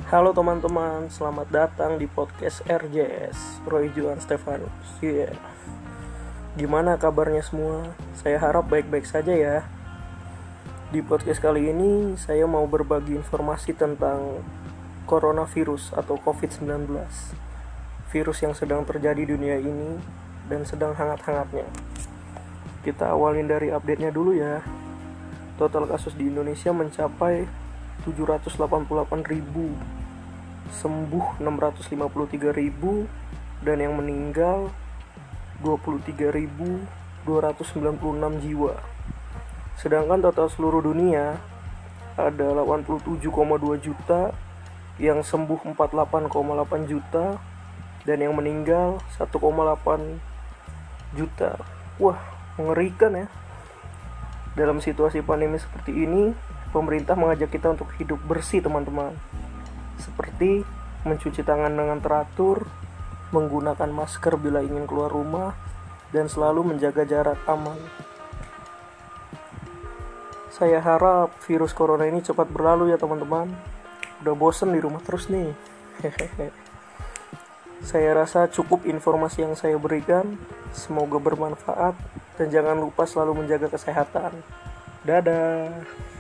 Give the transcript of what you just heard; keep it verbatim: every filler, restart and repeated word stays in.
Halo teman-teman, selamat datang di podcast R J S, Roy Juan Stefanus. Yeah. Gimana kabarnya semua? Saya harap baik-baik saja ya. Di podcast kali ini saya mau berbagi informasi tentang coronavirus atau covid sembilan belas. Virus yang sedang terjadi di dunia ini dan sedang hangat-hangatnya. Kita awalin dari update-nya dulu ya. Total kasus di Indonesia mencapai tujuh ratus delapan puluh delapan ribu, sembuh enam ratus lima puluh tiga ribu, dan yang meninggal dua puluh tiga ribu dua ratus sembilan puluh enam jiwa. Sedangkan total seluruh dunia ada delapan puluh tujuh koma dua juta, yang sembuh empat puluh delapan koma delapan juta, dan yang meninggal satu koma delapan juta. Wah, mengerikan ya. Dalam situasi pandemi seperti ini, pemerintah mengajak kita untuk hidup bersih teman-teman. Seperti mencuci tangan dengan teratur, menggunakan masker bila ingin keluar rumah, dan selalu menjaga jarak aman. Saya harap virus corona ini cepat berlalu ya teman-teman. Udah bosen di rumah terus nih. Saya rasa cukup informasi yang saya berikan. Semoga bermanfaat, dan jangan lupa selalu menjaga kesehatan. Dadah.